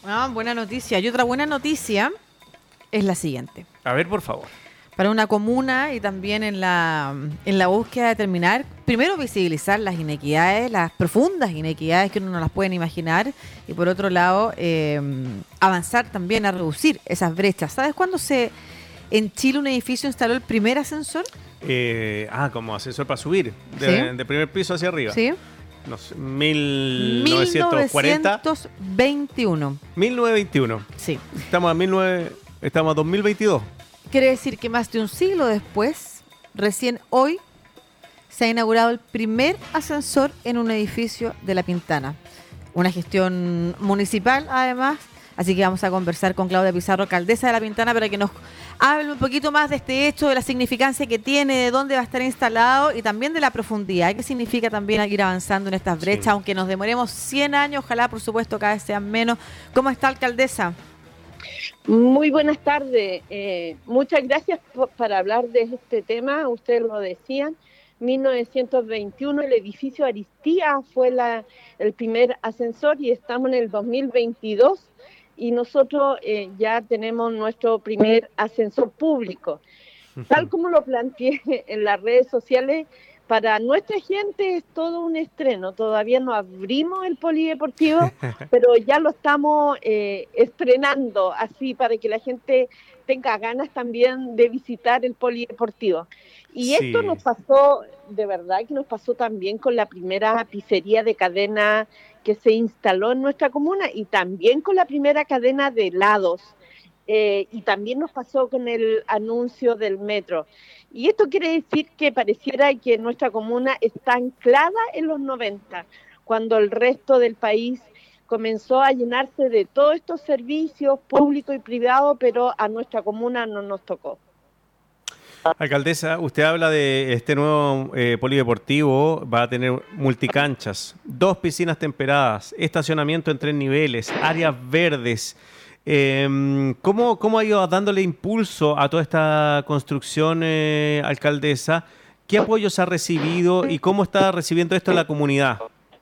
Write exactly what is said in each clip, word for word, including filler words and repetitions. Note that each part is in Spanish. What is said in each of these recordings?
Ah, buena noticia. Y otra buena noticia es la siguiente. A ver, por favor. Para una comuna y también en la, en la búsqueda de terminar, primero visibilizar las inequidades, las profundas inequidades que uno no las puede imaginar, y por otro lado, eh, avanzar también a reducir esas brechas. ¿Sabes cuándo se en Chile un edificio instaló el primer ascensor? Eh, ah, como ascensor para subir, de, ¿Sí? de primer piso hacia arriba. Sí. No sé, mil novecientos cuarenta. mil novecientos veintiuno. mil novecientos veintiuno. Sí. Estamos a mil novecientos, estamos a dos mil veintidós. Quiere decir que más de un siglo después, recién hoy, se ha inaugurado el primer ascensor en un edificio de La Pintana. Una gestión municipal, además. Así que vamos a conversar con Claudia Pizarro, alcaldesa de La Pintana, para que nos hable un poquito más de este hecho, de la significancia que tiene, de dónde va a estar instalado y también de la profundidad. ¿Qué significa también ir avanzando en estas brechas? Sí. Aunque nos demoremos cien años, ojalá, por supuesto, cada vez sean menos. ¿Cómo está, alcaldesa? Muy buenas tardes. Eh, muchas gracias por, para hablar de este tema. Ustedes lo decían. mil novecientos veintiuno, el edificio Aristía fue la, el primer ascensor y estamos en el dos mil veintidós y nosotros eh, ya tenemos nuestro primer ascensor público. Tal como lo planteé en las redes sociales, para nuestra gente es todo un estreno. Todavía no abrimos el polideportivo, pero ya lo estamos eh, estrenando, así para que la gente tenga ganas también de visitar el polideportivo. Y sí. Esto nos pasó, de verdad que nos pasó también con la primera pizzería de cadena que se instaló en nuestra comuna y también con la primera cadena de helados. Eh, y también nos pasó con el anuncio del metro. Y esto quiere decir que pareciera que nuestra comuna está anclada en los noventa, cuando el resto del país comenzó a llenarse de todos estos servicios públicos y privados, pero a nuestra comuna no nos tocó. Alcaldesa, usted habla de este nuevo eh, polideportivo, va a tener multicanchas, dos piscinas temperadas, estacionamiento en tres niveles, áreas verdes. Eh, ¿cómo, ¿Cómo ha ido dándole impulso a toda esta construcción, eh, alcaldesa? ¿Qué apoyos ha recibido y cómo está recibiendo esto la comunidad?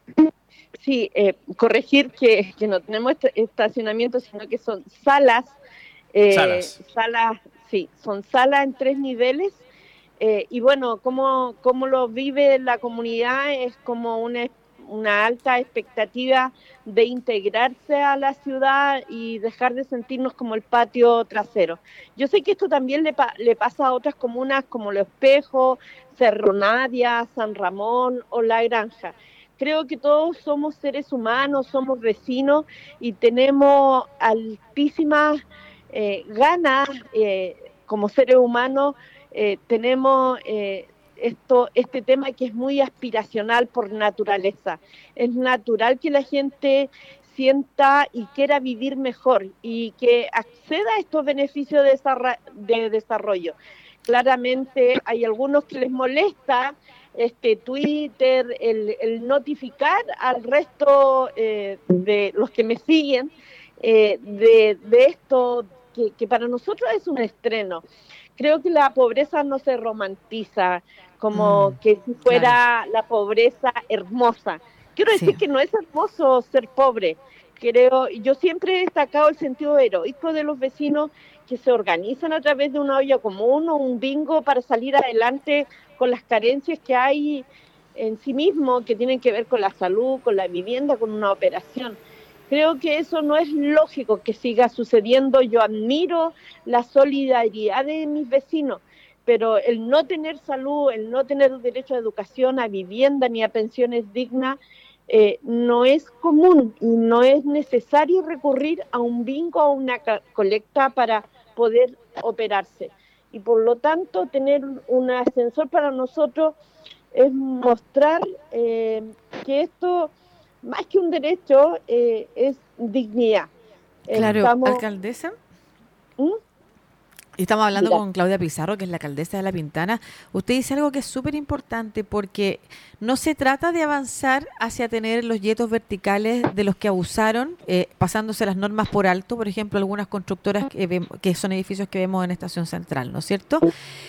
Sí, eh, corregir que, que no tenemos estacionamiento, sino que son salas. Eh, salas. Salas, sí, son salas en tres niveles. Eh, y bueno, cómo, cómo lo vive la comunidad es como una una alta expectativa de integrarse a la ciudad y dejar de sentirnos como el patio trasero. Yo sé que esto también le, pa- le pasa a otras comunas como Los Espejos, Cerro Navia, San Ramón o La Granja. Creo que todos somos seres humanos, somos vecinos y tenemos altísimas eh, ganas eh, como seres humanos, eh, tenemos... Eh, Esto, este tema que es muy aspiracional por naturaleza. Es natural que la gente sienta y quiera vivir mejor y que acceda a estos beneficios de, desarra- de desarrollo. Claramente hay algunos que les molesta este Twitter, el, el notificar al resto eh, de los que me siguen eh, de, de esto que, que para nosotros es un estreno. Creo que la pobreza no se romantiza como mm, que si fuera claro. La pobreza hermosa. Quiero decir sí. que no es hermoso ser pobre. Creo, yo siempre he destacado el sentido heroico de los vecinos que se organizan a través de una olla común o un bingo para salir adelante con las carencias que hay en sí mismo, que tienen que ver con la salud, con la vivienda, con una operación. Creo que eso no es lógico que siga sucediendo. Yo admiro la solidaridad de mis vecinos, pero el no tener salud, el no tener derecho a educación, a vivienda ni a pensiones dignas, eh, no es común y no es necesario recurrir a un bingo o una colecta para poder operarse. Y por lo tanto, tener un ascensor para nosotros es mostrar eh, que esto... más que un derecho, eh, es dignidad. Claro, Estamos... alcaldesa. ¿Mm? Estamos hablando Mira. con Claudia Pizarro, que es la alcaldesa de La Pintana. Usted dice algo que es súper importante porque no se trata de avanzar hacia tener los yetos verticales de los que abusaron, eh, pasándose las normas por alto, por ejemplo, algunas constructoras que, vemos, que son edificios que vemos en Estación Central, ¿no es cierto?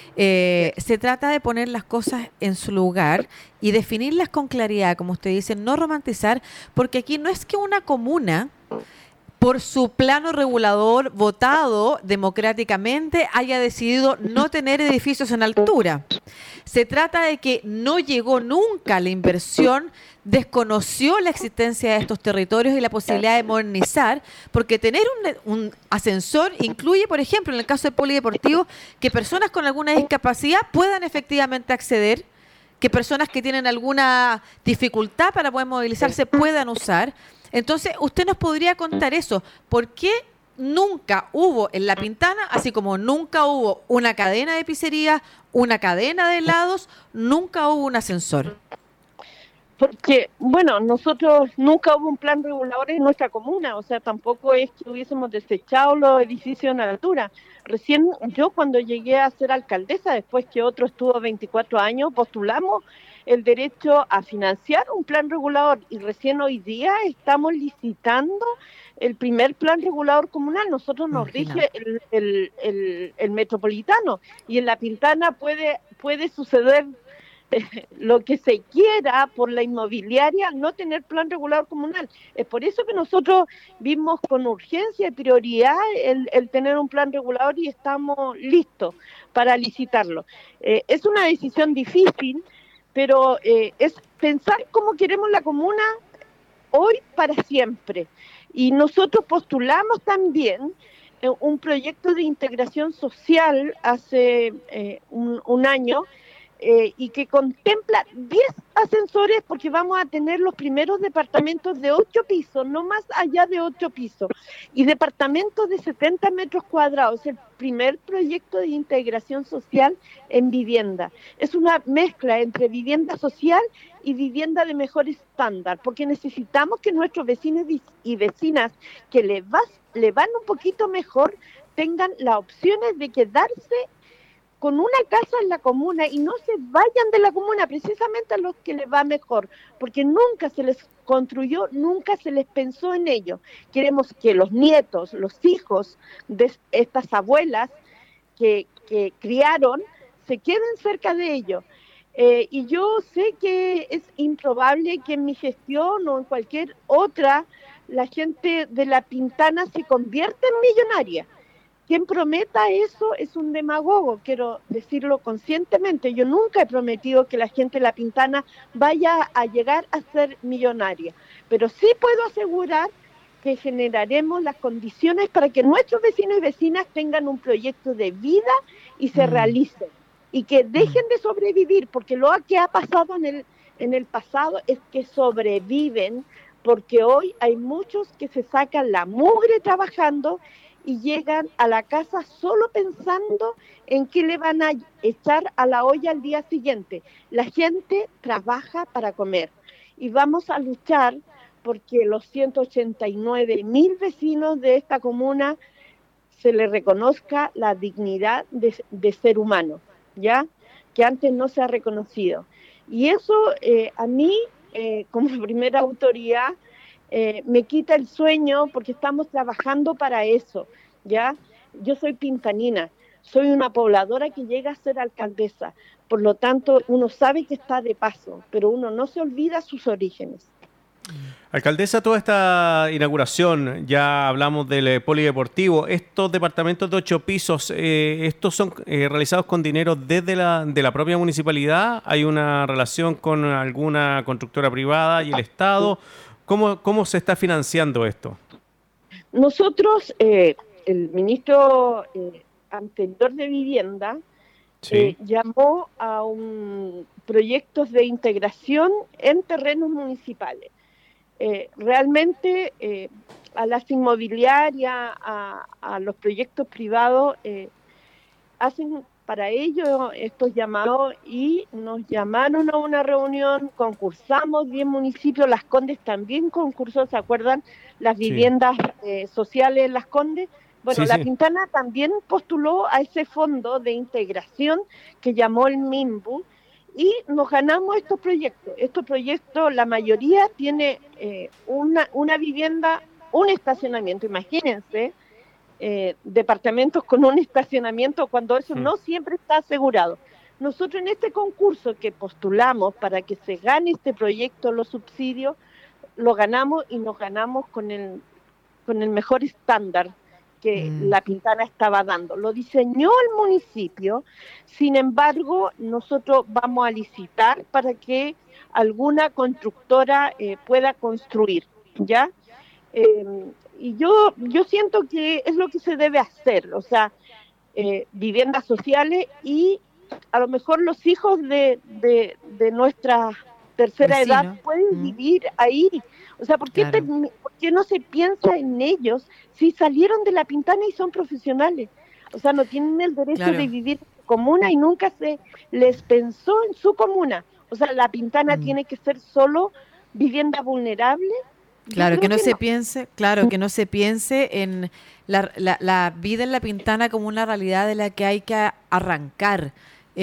Eh, se trata de poner las cosas en su lugar y definirlas con claridad, como usted dice, no romantizar, porque aquí no es que una comuna por su plano regulador votado democráticamente, haya decidido no tener edificios en altura. Se trata de que no llegó nunca la inversión, desconoció la existencia de estos territorios y la posibilidad de modernizar, porque tener un, un ascensor incluye, por ejemplo, en el caso del polideportivo, que personas con alguna discapacidad puedan efectivamente acceder, que personas que tienen alguna dificultad para poder movilizarse puedan usar. Entonces, usted nos podría contar eso. ¿Por qué nunca hubo en La Pintana, así como nunca hubo una cadena de pizzerías, una cadena de helados, nunca hubo un ascensor? Porque, bueno, nosotros nunca hubo un plan regulador en nuestra comuna, o sea, tampoco es que hubiésemos desechado los edificios en altura. Recién yo cuando llegué a ser alcaldesa, después que otro estuvo veinticuatro años, postulamos el derecho a financiar un plan regulador y recién hoy día estamos licitando el primer plan regulador comunal. Nosotros nos Imagínate. rige el, el, el, el metropolitano y en La Pintana puede, puede suceder lo que se quiera por la inmobiliaria, no tener plan regulador comunal. Es por eso que nosotros vimos con urgencia y prioridad el, el tener un plan regulador y estamos listos para licitarlo. Eh, es una decisión difícil, pero eh, es pensar cómo queremos la comuna hoy para siempre. Y nosotros postulamos también eh, un proyecto de integración social hace eh, un, un año, Eh, y que contempla diez ascensores porque vamos a tener los primeros departamentos de ocho pisos, no más allá de ocho pisos, y departamentos de setenta metros cuadrados, el primer proyecto de integración social en vivienda. Es una mezcla entre vivienda social y vivienda de mejor estándar, porque necesitamos que nuestros vecinos y vecinas que le, vas, le van un poquito mejor tengan las opciones de quedarse con una casa en la comuna y no se vayan de la comuna, precisamente a los que les va mejor, porque nunca se les construyó, nunca se les pensó en ello. Queremos que los nietos, los hijos de estas abuelas que, que criaron, se queden cerca de ellos. Eh, y yo sé que es improbable que en mi gestión o en cualquier otra, la gente de La Pintana se convierta en millonaria. Quien prometa eso es un demagogo, quiero decirlo conscientemente. Yo nunca he prometido que la gente de La Pintana vaya a llegar a ser millonaria, pero sí puedo asegurar que generaremos las condiciones para que nuestros vecinos y vecinas tengan un proyecto de vida y se mm. realicen, y que dejen de sobrevivir, porque lo que ha pasado en el, en el pasado es que sobreviven, porque hoy hay muchos que se sacan la mugre trabajando y llegan a la casa solo pensando en qué le van a echar a la olla al día siguiente. La gente trabaja para comer y vamos a luchar porque los ciento ochenta y nueve mil vecinos de esta comuna se les reconozca la dignidad de, de ser humano, ¿ya? Que antes no se ha reconocido. Y eso eh, a mí, eh, como primera autoridad, Eh, me quita el sueño porque estamos trabajando para eso, ¿ya? Yo soy pintanina, soy una pobladora que llega a ser alcaldesa, por lo tanto uno sabe que está de paso, pero uno no se olvida sus orígenes. Alcaldesa, toda esta inauguración, ya hablamos del polideportivo, estos departamentos de ocho pisos, eh, ¿estos son eh, realizados con dinero desde la, de la propia municipalidad? ¿Hay una relación con alguna constructora privada y el Estado? ¿Cómo, cómo se está financiando esto? Nosotros, eh, el ministro eh, anterior de Vivienda, sí. eh, llamó a un proyectos de integración en terrenos municipales. Eh, realmente eh, a las inmobiliarias, a, a los proyectos privados, eh, hacen para ello estos llamados y nos llamaron a una reunión, concursamos diez municipios, Las Condes también concursó, ¿se acuerdan? Las viviendas sí. eh, sociales en Las Condes. Bueno, sí, La sí. Pintana también postuló a ese fondo de integración que llamó el MIMBU y nos ganamos estos proyectos. Estos proyectos, la mayoría tiene eh, una, una vivienda, un estacionamiento, imagínense, Eh, departamentos con un estacionamiento cuando eso mm. no siempre está asegurado. Nosotros en este concurso que postulamos para que se gane este proyecto, los subsidios, lo ganamos y nos ganamos con el con el mejor estándar que Mm. La Pintana estaba dando. Lo diseñó el municipio, sin embargo, nosotros vamos a licitar para que alguna constructora eh, pueda construir, ¿ya? Eh, y yo, yo siento que es lo que se debe hacer, o sea, eh, viviendas sociales y a lo mejor los hijos de, de, de nuestra tercera edad Vecino. pueden Mm. vivir ahí. O sea, ¿por qué, Claro. te- por qué no se piensa en ellos si salieron de La Pintana y son profesionales? O sea, no tienen el derecho Claro. de vivir en su comuna y nunca se les pensó en su comuna. O sea, La Pintana Mm. tiene que ser solo vivienda vulnerable. Yo Claro, que creo no que se no. piense, claro, que no se piense en la, la- la vida en La Pintana como una realidad de la que hay que arrancar.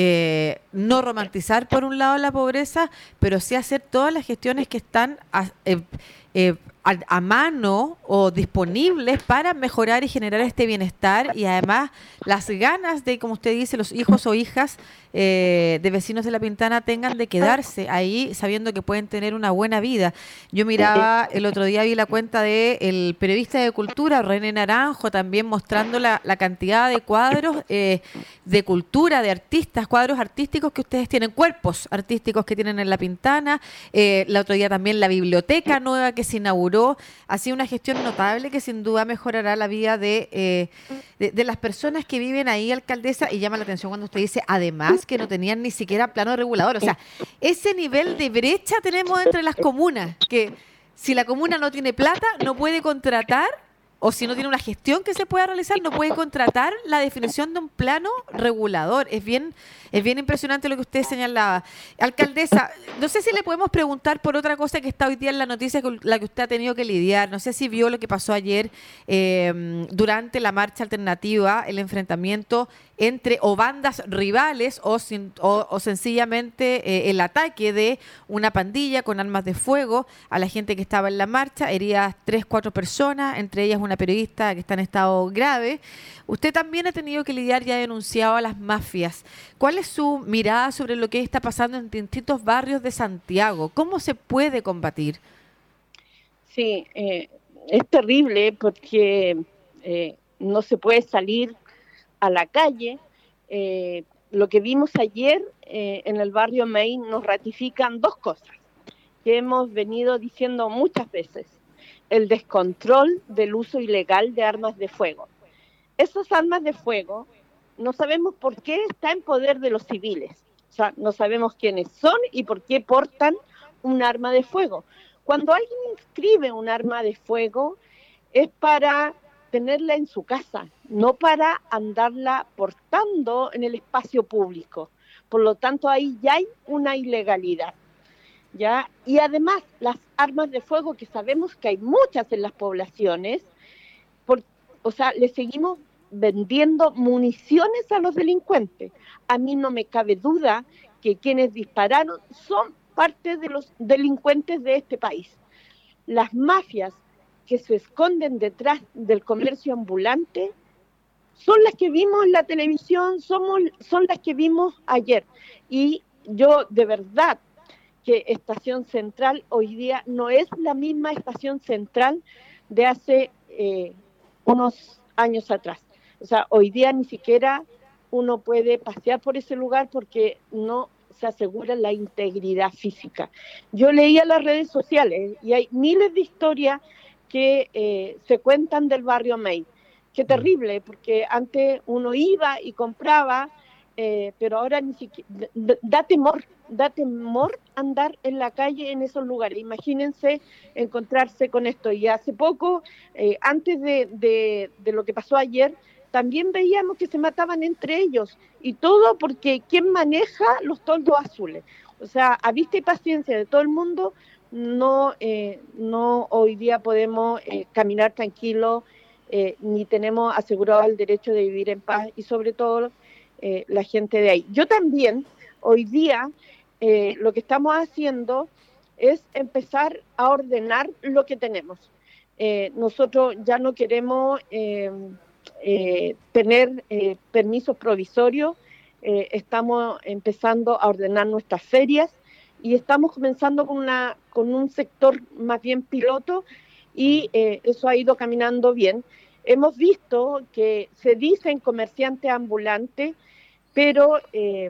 Eh, no romantizar por un lado la pobreza, pero sí hacer todas las gestiones que están a, eh, eh, a, a mano o disponibles para mejorar y generar este bienestar y además las ganas de, como usted dice, los hijos o hijas eh, de vecinos de La Pintana tengan de quedarse ahí sabiendo que pueden tener una buena vida. Yo miraba, el otro día vi la cuenta de el periodista de cultura, René Naranjo, también mostrando la, la cantidad de cuadros eh, de cultura, de artistas, cuadros artísticos que ustedes tienen, cuerpos artísticos que tienen en La Pintana. Eh, el otro día también la biblioteca nueva que se inauguró. Ha sido una gestión notable que sin duda mejorará la vida de, eh, de, de las personas que viven ahí, alcaldesa, y llama la atención cuando usted dice, además, que no tenían ni siquiera plano regulador. O sea, ese nivel de brecha tenemos entre las comunas, que si la comuna no tiene plata, no puede contratar, o si no tiene una gestión que se pueda realizar, no puede contratar la definición de un plano regulador. Es bien, es bien impresionante lo que usted señalaba. Alcaldesa, no sé si le podemos preguntar por otra cosa que está hoy día en la noticia con la que usted ha tenido que lidiar. No sé si vio lo que pasó ayer eh, durante la marcha alternativa, el enfrentamiento entre o bandas rivales o, sin, o, o sencillamente eh, el ataque de una pandilla con armas de fuego a la gente que estaba en la marcha, heridas tres, cuatro personas, entre ellas una periodista que está en estado grave. Usted también ha tenido que lidiar y ha denunciado a las mafias. ¿Cuál es su mirada sobre lo que está pasando en distintos barrios de Santiago? ¿Cómo se puede combatir? Sí, eh, es terrible porque eh, no se puede salir a la calle. Eh, lo que vimos ayer eh, en el barrio Main nos ratifican dos cosas que hemos venido diciendo muchas veces. El descontrol del uso ilegal de armas de fuego. Esas armas de fuego no sabemos por qué está en poder de los civiles. O sea, no sabemos quiénes son y por qué portan un arma de fuego. Cuando alguien inscribe un arma de fuego es para tenerla en su casa, no para andarla portando en el espacio público. Por lo tanto, ahí ya hay una ilegalidad, ¿ya? Y además, las armas de fuego, que sabemos que hay muchas en las poblaciones, por, o sea, le seguimos vendiendo municiones a los delincuentes. A mí no me cabe duda que quienes dispararon son parte de los delincuentes de este país. Las mafias que se esconden detrás del comercio ambulante son las que vimos en la televisión, somos, son las que vimos ayer. Y yo de verdad que Estación Central hoy día no es la misma Estación Central de hace eh, unos años atrás. O sea, hoy día ni siquiera uno puede pasear por ese lugar porque no se asegura la integridad física. Yo leía las redes sociales y hay miles de historias que eh, se cuentan del barrio Main. Qué terrible, porque antes uno iba y compraba, eh, pero ahora ni siquiera da temor, da temor andar en la calle en esos lugares. Imagínense encontrarse con esto. Y hace poco, eh, antes de, de, de lo que pasó ayer, también veíamos que se mataban entre ellos, y todo porque ¿quién maneja los toldos azules? O sea, a vista y paciencia de todo el mundo, no, eh, no hoy día podemos eh, caminar tranquilos, eh, ni tenemos asegurado el derecho de vivir en paz, y sobre todo eh, la gente de ahí. Yo también, hoy día, eh, lo que estamos haciendo es empezar a ordenar lo que tenemos. Eh, nosotros ya no queremos... Eh, Eh, tener eh, permisos provisorios, eh, estamos empezando a ordenar nuestras ferias y estamos comenzando con, una, con un sector más bien piloto, y eh, eso ha ido caminando bien. Hemos visto que se dicen comerciantes ambulantes, pero eh,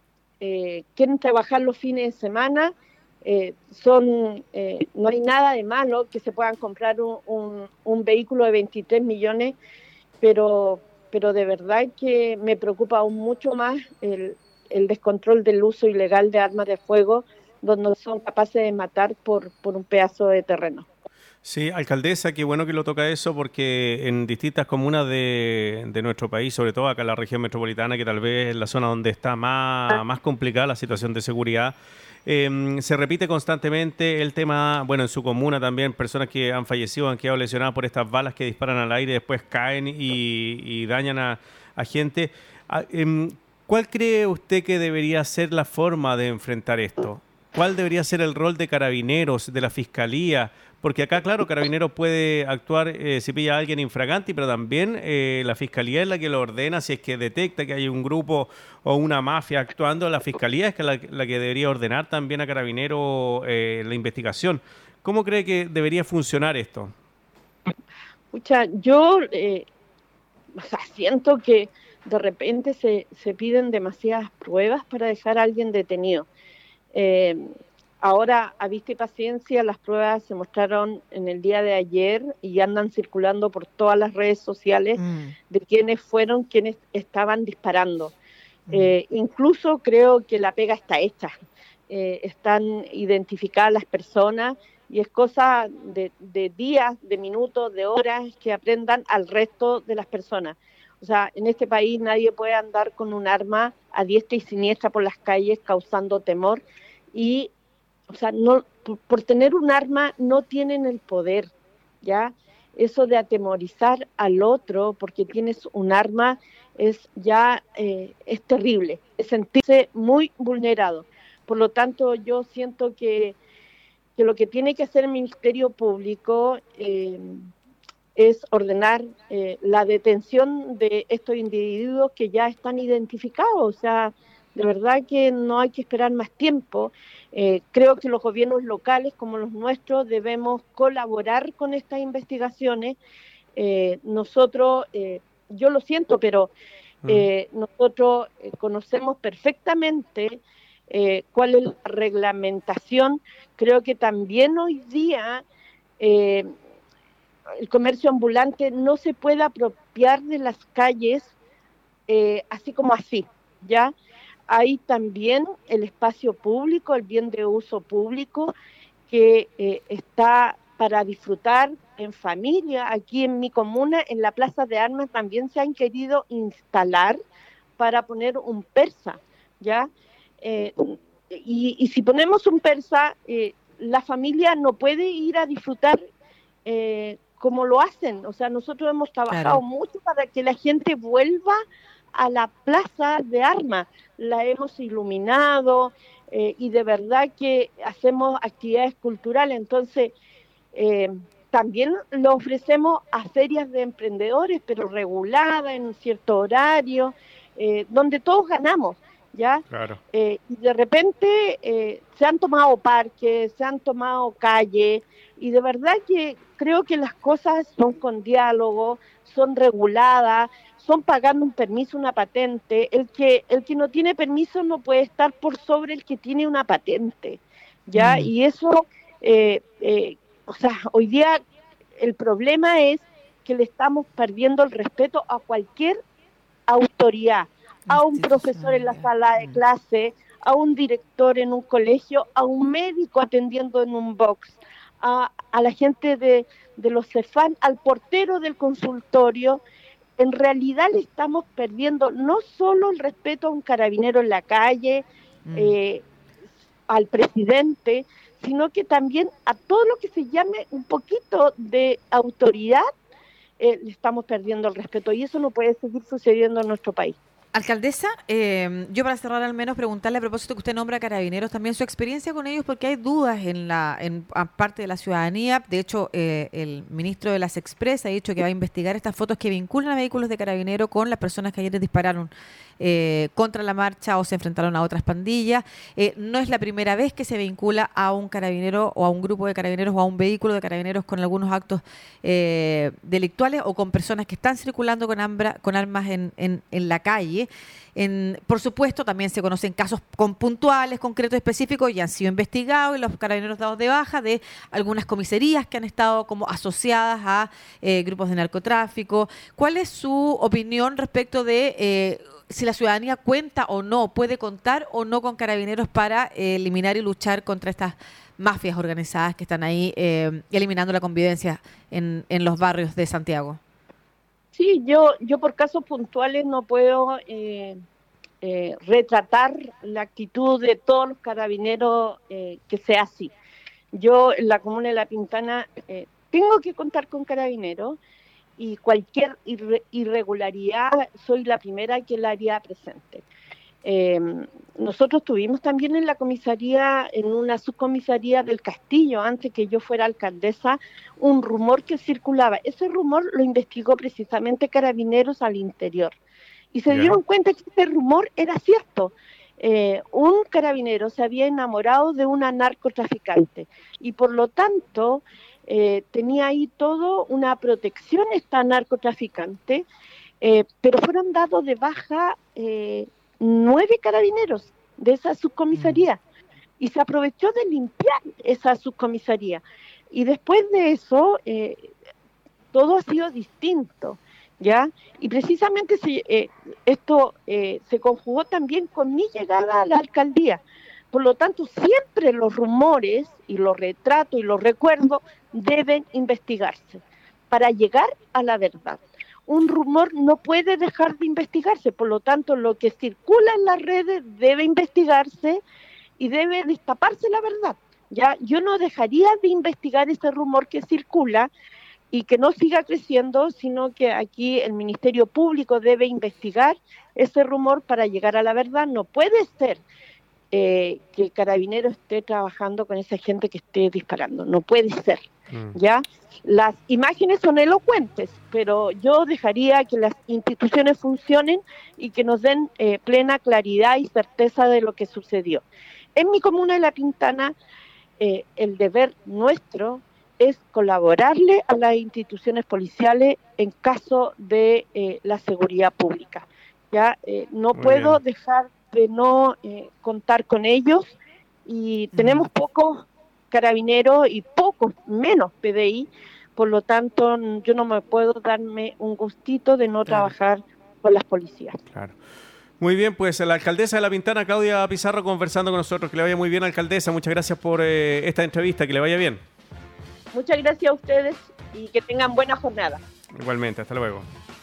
eh, quieren trabajar los fines de semana. Eh, son eh, no hay nada de malo que se puedan comprar un, un, un vehículo de veintitrés millones, pero, pero de verdad que me preocupa aún mucho más el, el descontrol del uso ilegal de armas de fuego, donde son capaces de matar por, por un pedazo de terreno. Sí, alcaldesa, qué bueno que lo toca eso, porque en distintas comunas de, de nuestro país, sobre todo acá en la región metropolitana, que tal vez es la zona donde está más, más complicada la situación de seguridad, eh, se repite constantemente el tema, bueno, en su comuna también, personas que han fallecido, han quedado lesionadas por estas balas que disparan al aire, después caen y, y dañan a, a gente. Ah, eh, ¿Cuál cree usted que debería ser la forma de enfrentar esto? ¿Cuál debería ser el rol de Carabineros, de la Fiscalía? Porque acá, claro, Carabineros puede actuar eh, si pilla a alguien infraganti, pero también eh, la Fiscalía es la que lo ordena si es que detecta que hay un grupo o una mafia actuando. La Fiscalía es la, la que debería ordenar también a Carabineros eh, la investigación. ¿Cómo cree que debería funcionar esto? Escucha, yo eh, o sea, siento que de repente se, se piden demasiadas pruebas para dejar a alguien detenido. Eh, Ahora, a vista y paciencia, las pruebas se mostraron en el día de ayer y andan circulando por todas las redes sociales mm. de quiénes fueron quienes estaban disparando. Mm. Eh, incluso creo que la pega está hecha. Eh, están identificadas las personas y es cosa de, de días, de minutos, de horas que aprendan al resto de las personas. O sea, en este país nadie puede andar con un arma a diestra y siniestra por las calles causando temor y O sea, no, por, por tener un arma no tienen el poder, ¿ya? Eso de atemorizar al otro porque tienes un arma es ya eh, es terrible, es sentirse muy vulnerado. Por lo tanto, yo siento que, que lo que tiene que hacer el Ministerio Público eh, es ordenar eh, la detención de estos individuos que ya están identificados, o sea, de verdad que no hay que esperar más tiempo. Eh, creo que los gobiernos locales como los nuestros debemos colaborar con estas investigaciones. Eh, nosotros, eh, yo lo siento, pero eh, nosotros eh, conocemos perfectamente eh, cuál es la reglamentación. Creo que también hoy día eh, el comercio ambulante no se puede apropiar de las calles eh, así como así, ¿ya? Hay también el espacio público, el bien de uso público, que eh, está para disfrutar en familia. Aquí en mi comuna, en la Plaza de Armas, también se han querido instalar para poner un persa, ¿ya? Eh, y, y si ponemos un persa, eh, la familia no puede ir a disfrutar eh, como lo hacen. O sea, nosotros hemos trabajado claro. mucho para que la gente vuelva a la Plaza de Armas. La hemos iluminado eh, y de verdad que hacemos actividades culturales. Entonces, eh, también lo ofrecemos a ferias de emprendedores, pero reguladas en un cierto horario, eh, donde todos ganamos, ¿ya? Claro. Eh, y de repente eh, se han tomado parques, se han tomado calles, y de verdad que creo que las cosas son con diálogo, son reguladas, son pagando un permiso, una patente. El que el que no tiene permiso no puede estar por sobre el que tiene una patente, ¿ya? Mm. Y eso, eh, eh, o sea, hoy día el problema es que le estamos perdiendo el respeto a cualquier autoridad, a un profesor en la sala de clase, a un director en un colegio, a un médico atendiendo en un box, a, a la gente de, de los Cefam, al portero del consultorio. En realidad le estamos perdiendo no solo el respeto a un carabinero en la calle, mm. eh, al presidente, sino que también a todo lo que se llame un poquito de autoridad, eh, le estamos perdiendo el respeto. Y eso no puede seguir sucediendo en nuestro país. Alcaldesa, eh, yo para cerrar al menos preguntarle a propósito que usted nombra a Carabineros, también su experiencia con ellos, porque hay dudas en la en parte de la ciudadanía. De hecho, eh, el ministro de las Express ha dicho que va a investigar estas fotos que vinculan a vehículos de Carabineros con las personas que ayer dispararon eh, contra la marcha o se enfrentaron a otras pandillas. Eh, no es la primera vez que se vincula a un carabinero o a un grupo de carabineros o a un vehículo de carabineros con algunos actos eh, delictuales o con personas que están circulando con, ambra, con armas en, en, en la calle. En, por supuesto, también se conocen casos con puntuales, concretos, específicos, y han sido investigados y los carabineros dados de baja de algunas comisarías que han estado como asociadas a eh, grupos de narcotráfico. ¿Cuál es su opinión respecto de eh, si la ciudadanía cuenta o no, puede contar o no con carabineros para eh, eliminar y luchar contra estas mafias organizadas que están ahí eh, eliminando la convivencia en, en los barrios de Santiago? Sí, yo, yo por casos puntuales no puedo eh, eh, retratar la actitud de todos los carabineros eh, que sea así. Yo en la comuna de La Pintana eh, tengo que contar con carabineros y cualquier irre- irregularidad soy la primera que la haría presente. Eh, nosotros tuvimos también en la comisaría, en una subcomisaría del Castillo, antes que yo fuera alcaldesa, un rumor que circulaba. Ese rumor lo investigó precisamente Carabineros al interior y se yeah. dieron cuenta que ese rumor era cierto. Eh, un carabinero se había enamorado de una narcotraficante y por lo tanto eh, tenía ahí todo una protección esta narcotraficante, eh, pero fueron dados de baja eh, nueve carabineros de esa subcomisaría mm. y se aprovechó de limpiar esa subcomisaría y después de eso eh, todo ha sido distinto, ¿ya? Y precisamente se, eh, esto eh, se conjugó también con mi llegada a la alcaldía. Por lo tanto, siempre los rumores y los retratos y los recuerdos deben investigarse para llegar a la verdad. Un rumor no puede dejar de investigarse, por lo tanto, lo que circula en las redes debe investigarse y debe destaparse la verdad. Ya, yo no dejaría de investigar ese rumor que circula y que no siga creciendo, sino que aquí el Ministerio Público debe investigar ese rumor para llegar a la verdad. No puede ser eh, que el carabinero esté trabajando con esa gente que esté disparando, no puede ser. ¿Ya? Las imágenes son elocuentes, pero yo dejaría que las instituciones funcionen y que nos den eh, plena claridad y certeza de lo que sucedió. En mi comuna de La Pintana, eh, el deber nuestro es colaborarle a las instituciones policiales en caso de eh, la seguridad pública. ¿Ya? Eh, no Muy puedo bien. dejar de no eh, contar con ellos y tenemos mm. pocos carabineros y pocos menos P D I, por lo tanto yo no me puedo darme un gustito de no claro. trabajar con las policías. Claro. Muy bien, pues la alcaldesa de La Pintana, Claudia Pizarro, conversando con nosotros. Que le vaya muy bien, alcaldesa. Muchas gracias por eh, esta entrevista, que le vaya bien. Muchas gracias a ustedes y que tengan buena jornada. Igualmente, hasta luego.